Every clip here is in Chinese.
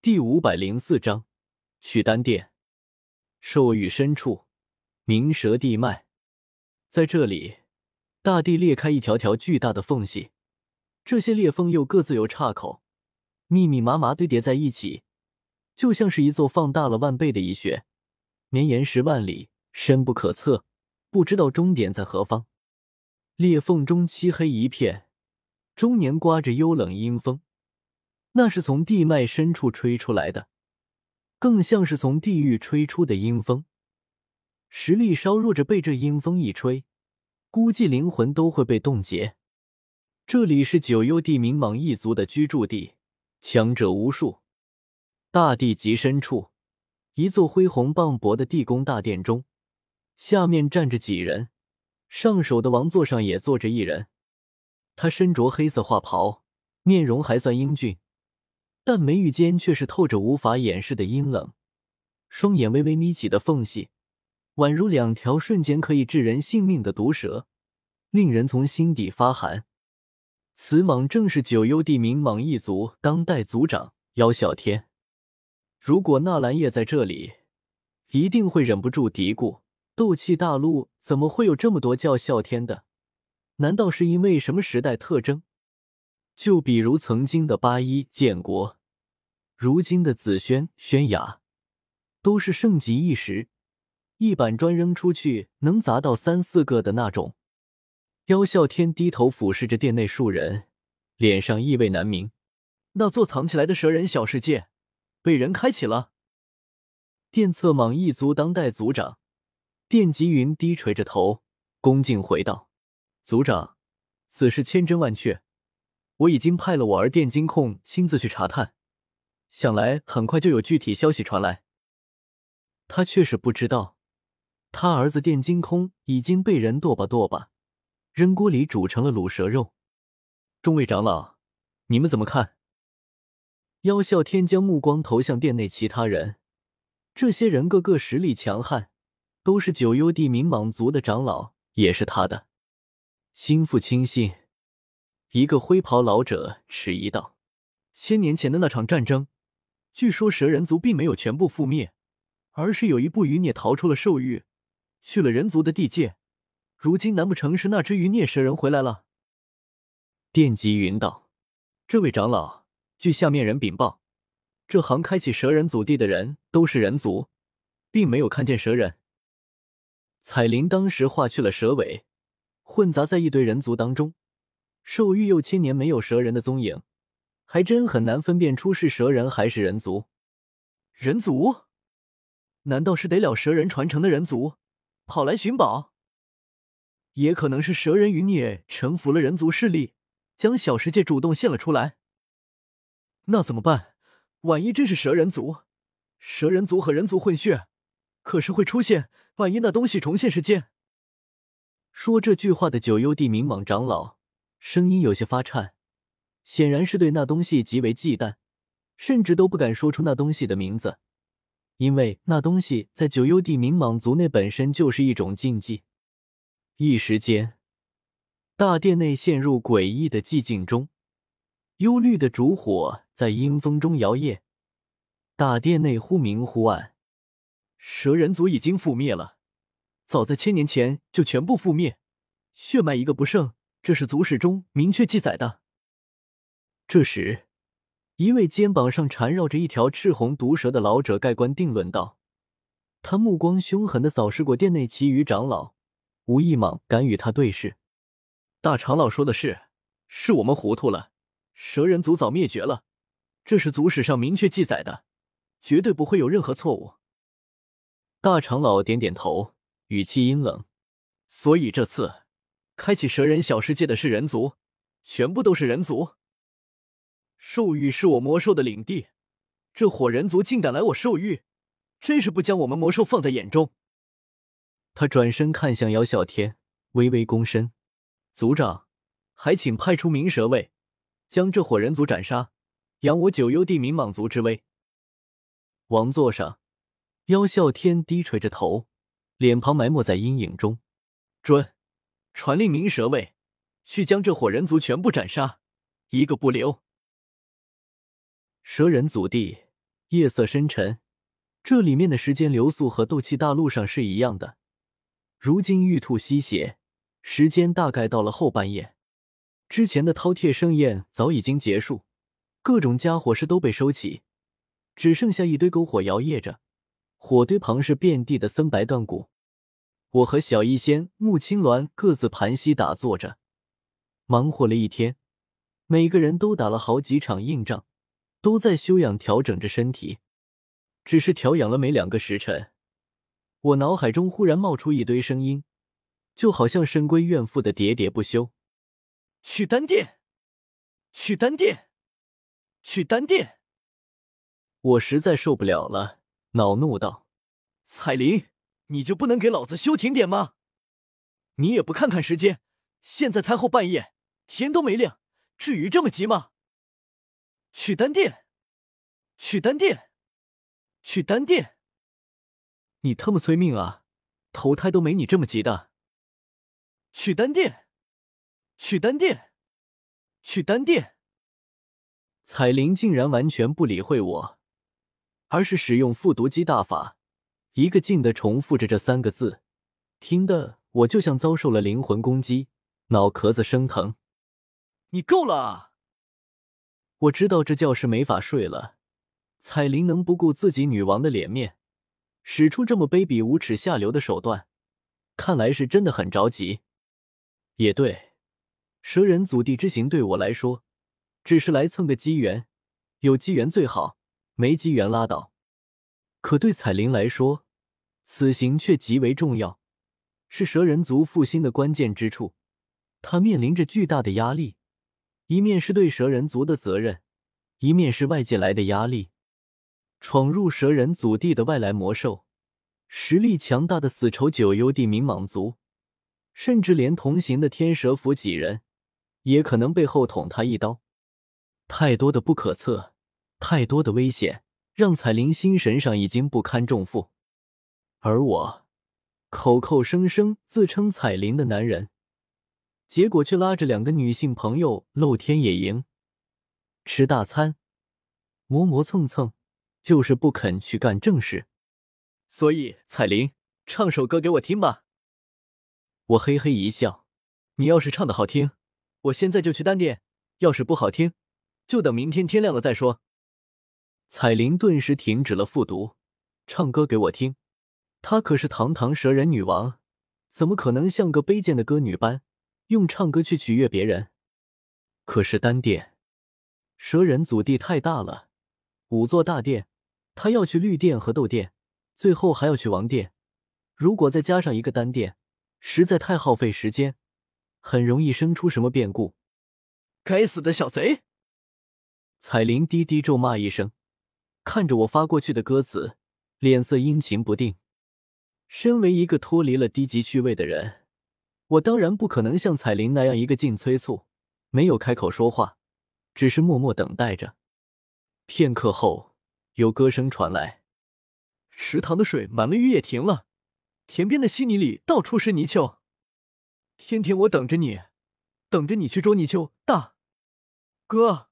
第504章取丹殿。兽域深处，鸣蛇地脉。在这里，大地裂开一条条巨大的缝隙，这些裂缝又各自有岔口，密密麻麻堆叠在一起，就像是一座放大了万倍的蚁穴，绵延10万里，深不可测，不知道终点在何方。裂缝中漆黑一片，终年刮着幽冷阴风，那是从地脉深处吹出来的，更像是从地狱吹出的阴风。实力稍弱者被这阴风一吹，估计灵魂都会被冻结。这里是九幽地冥蟒一族的居住地，强者无数。大地极深处，一座恢宏磅礴的地宫大殿中，下面站着几人，上首的王座上也坐着一人。他身着黑色画袍，面容还算英俊，但眉宇间却是透着无法掩饰的阴冷，双眼微微眯起的缝隙，宛如2条瞬间可以致人性命的毒蛇，令人从心底发寒。此蟒正是九幽地冥蟒一族当代族长妖啸天。如果纳兰叶在这里，一定会忍不住嘀咕，斗气大陆怎么会有这么多叫啸天的？难道是因为什么时代特征？就比如曾经的八一建国，如今的紫萱轩雅，都是盛极一时，一板砖扔出去能砸到3、4个的那种。妖啸天低头俯视着殿内数人，脸上意味难明。那座藏起来的蛇人小世界被人开启了。电策蟒一族当代族长电极云低垂着头，恭敬回道：族长，此事千真万确，我已经派了我儿电金控亲自去查探，想来很快就有具体消息传来。他却是不知道，他儿子电金空已经被人剁吧剁吧，扔锅里煮成了卤蛇肉。众位长老，你们怎么看？妖啸天将目光投向殿内其他人，这些人个个实力强悍，都是九幽地冥蟒族的长老，也是他的心腹亲信。一个灰袍老者迟疑道：1000年前的那场战争，据说蛇人族并没有全部覆灭，而是有一部余孽逃出了兽域，去了人族的地界，如今难不成是那只余孽蛇人回来了？电极云道：这位长老，据下面人禀报，这行开启蛇人祖地的人都是人族，并没有看见蛇人。彩铃当时化去了蛇尾，混杂在一堆人族当中，兽域又1000年没有蛇人的踪影，还真很难分辨出是蛇人还是人族。人族？难道是得了蛇人传承的人族跑来寻宝？也可能是蛇人余孽臣服了人族势力，将小世界主动献了出来。那怎么办？万一真是蛇人族，蛇人族和人族混血，可是会出现万一那东西重现世间。说这句话的九幽地冥蟒长老声音有些发颤，显然是对那东西极为忌惮，甚至都不敢说出那东西的名字，因为那东西在九幽地冥蟒族内本身就是一种禁忌。一时间，大殿内陷入诡异的寂静中，幽绿的烛火在阴风中摇曳，大殿内忽明忽暗。蛇人族已经覆灭了，早在1000年前就全部覆灭，血脉一个不剩，这是族史中明确记载的。这时，一位肩膀上缠绕着一条赤红毒蛇的老者盖棺定论道，他目光凶狠地扫视过殿内其余长老，无一蟒敢与他对视。大长老说的是我们糊涂了，蛇人族早灭绝了，这是族史上明确记载的，绝对不会有任何错误。大长老点点头，语气阴冷。所以这次开启蛇人小世界的是人族，全部都是人族。兽域是我魔兽的领地，这火人族竟敢来我兽域，真是不将我们魔兽放在眼中。他转身看向妖啸天，微微躬身：族长，还请派出鸣蛇卫，将这火人族斩杀，扬我九幽地冥蟒族之威。王座上，妖啸天低垂着头，脸庞埋没在阴影中。准，传令鸣蛇卫，去将这火人族全部斩杀，一个不留。蛇人祖地夜色深沉，这里面的时间流速和斗气大陆上是一样的。如今玉兔吸血，时间大概到了后半夜。之前的饕餮盛宴早已经结束，各种家伙事都被收起，只剩下一堆篝火摇曳着，火堆旁是遍地的森白断骨。我和小医仙、穆青鸾各自盘膝打坐着，忙活了一天，每个人都打了好几场硬仗，都在休养调整着身体。只是调养了没2个时辰，我脑海中忽然冒出一堆声音，就好像深闺怨妇的喋喋不休。去丹殿，去丹殿，去丹殿！我实在受不了了，恼怒道：彩铃，你就不能给老子休停点吗？你也不看看时间，现在才后半夜，天都没亮，至于这么急吗？去丹殿，去丹殿，去丹殿！你他妈催命啊，投胎都没你这么急的。去丹殿，去丹殿，去丹殿！彩铃竟然完全不理会我，而是使用复读机大法，一个劲地重复着这3个字，听得我就像遭受了灵魂攻击，脑壳子生疼。你够了啊！我知道这觉是没法睡了，彩铃能不顾自己女王的脸面，使出这么卑鄙无耻下流的手段，看来是真的很着急。也对，蛇人祖地之行对我来说只是来蹭个机缘，有机缘最好，没机缘拉倒。可对彩铃来说，此行却极为重要，是蛇人族复兴的关键之处。他面临着巨大的压力，一面是对蛇人族的责任，一面是外界来的压力。闯入蛇人祖地的外来魔兽，实力强大的死仇九幽地冥蟒族，甚至连同行的天蛇府几人也可能背后捅他一刀。太多的不可测，太多的危险，让彩铃心神上已经不堪重负。而我口口声声自称彩铃的男人，结果却拉着2个女性朋友露天野营吃大餐，磨磨蹭蹭，就是不肯去干正事。所以彩铃，唱首歌给我听吧。我嘿嘿一笑，你要是唱得好听，我现在就去丹殿，要是不好听，就等明天天亮了再说。彩铃顿时停止了复读，唱歌给我听。她可是堂堂蛇人女王，怎么可能像个卑贱的歌女般用唱歌去取悦别人？可是丹殿，蛇人祖地太大了，5座大殿，她要去绿殿和斗殿，最后还要去王殿，如果再加上一个丹殿，实在太耗费时间，很容易生出什么变故。该死的小贼！彩铃低低咒骂一声，看着我发过去的歌词，脸色阴晴不定。身为一个脱离了低级趣味的人，我当然不可能像彩铃那样一个劲催促，没有开口说话，只是默默等待着。片刻后，有歌声传来：池塘的水满了，雨也停了，田边的稀泥里到处是泥鳅。天天我等着你，等着你去捉泥鳅。大哥，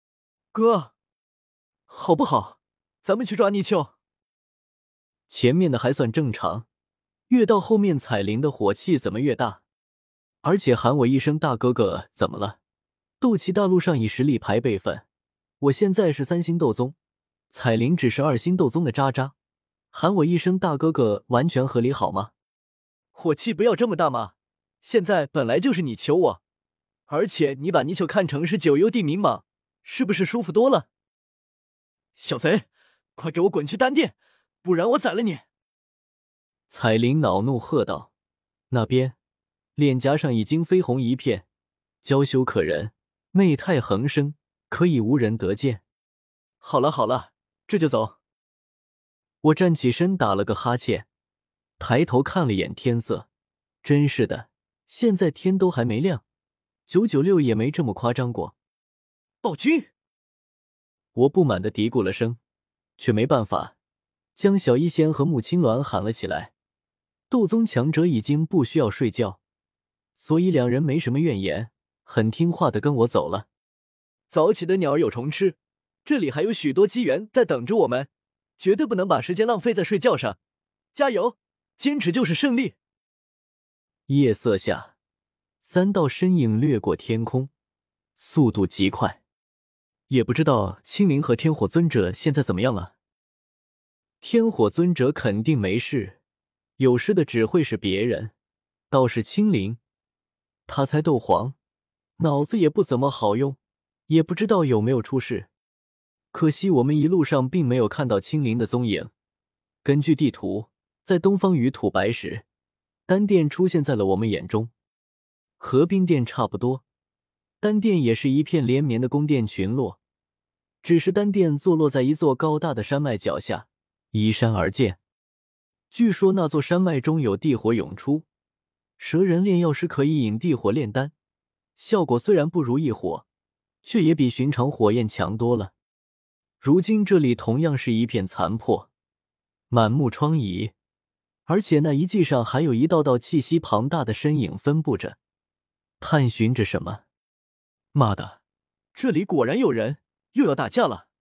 好不好？咱们去抓泥鳅。前面的还算正常，越到后面彩铃的火气怎么越大，而且喊我一声大哥哥怎么了？斗气大陆上以实力排辈分，我现在是3星斗宗，彩铃只是2星斗宗的渣渣，喊我一声大哥哥完全合理好吗？火气不要这么大嘛，现在本来就是你求我，而且你把泥鳅看成是九幽地冥蟒，是不是舒服多了？小贼，快给我滚去丹殿，不然我宰了你！彩铃恼怒喝道，那边脸颊上已经绯红一片，娇羞可人，媚态横生，可以无人得见。好了好了，这就走。我站起身打了个哈欠，抬头看了眼天色，真是的，现在天都还没亮，996也没这么夸张过。暴君！我不满地嘀咕了声，却没办法，将小医仙和穆青鸾喊了起来。斗宗强者已经不需要睡觉，所以2人没什么怨言，很听话地跟我走了。早起的鸟有虫吃， 这里还有许多机缘在等着我们，绝对不能把时间浪费在睡觉上。加油，坚持就是胜利！ 夜色下，三道身影掠过天空，速度极快。也不知道青灵和天火尊者现在怎么样了。天火尊者肯定没事，有事的只会是别人。倒是青灵，他才斗皇，脑子也不怎么好用，也不知道有没有出事。可惜我们一路上并没有看到青灵的踪影。根据地图，在东方与土白时，丹殿出现在了我们眼中。和冰殿差不多，丹殿也是一片连绵的宫殿群落，只是丹殿坐落在一座高大的山脉脚下，依山而建。据说那座山脉中有地火涌出，蛇人炼药师可以引地火炼丹，效果虽然不如异火，却也比寻常火焰强多了。如今这里同样是一片残破，满目疮痍，而且那遗迹上还有一道道气息庞大的身影分布着，探寻着什么。 妈的，这里果然有人，又要打架了！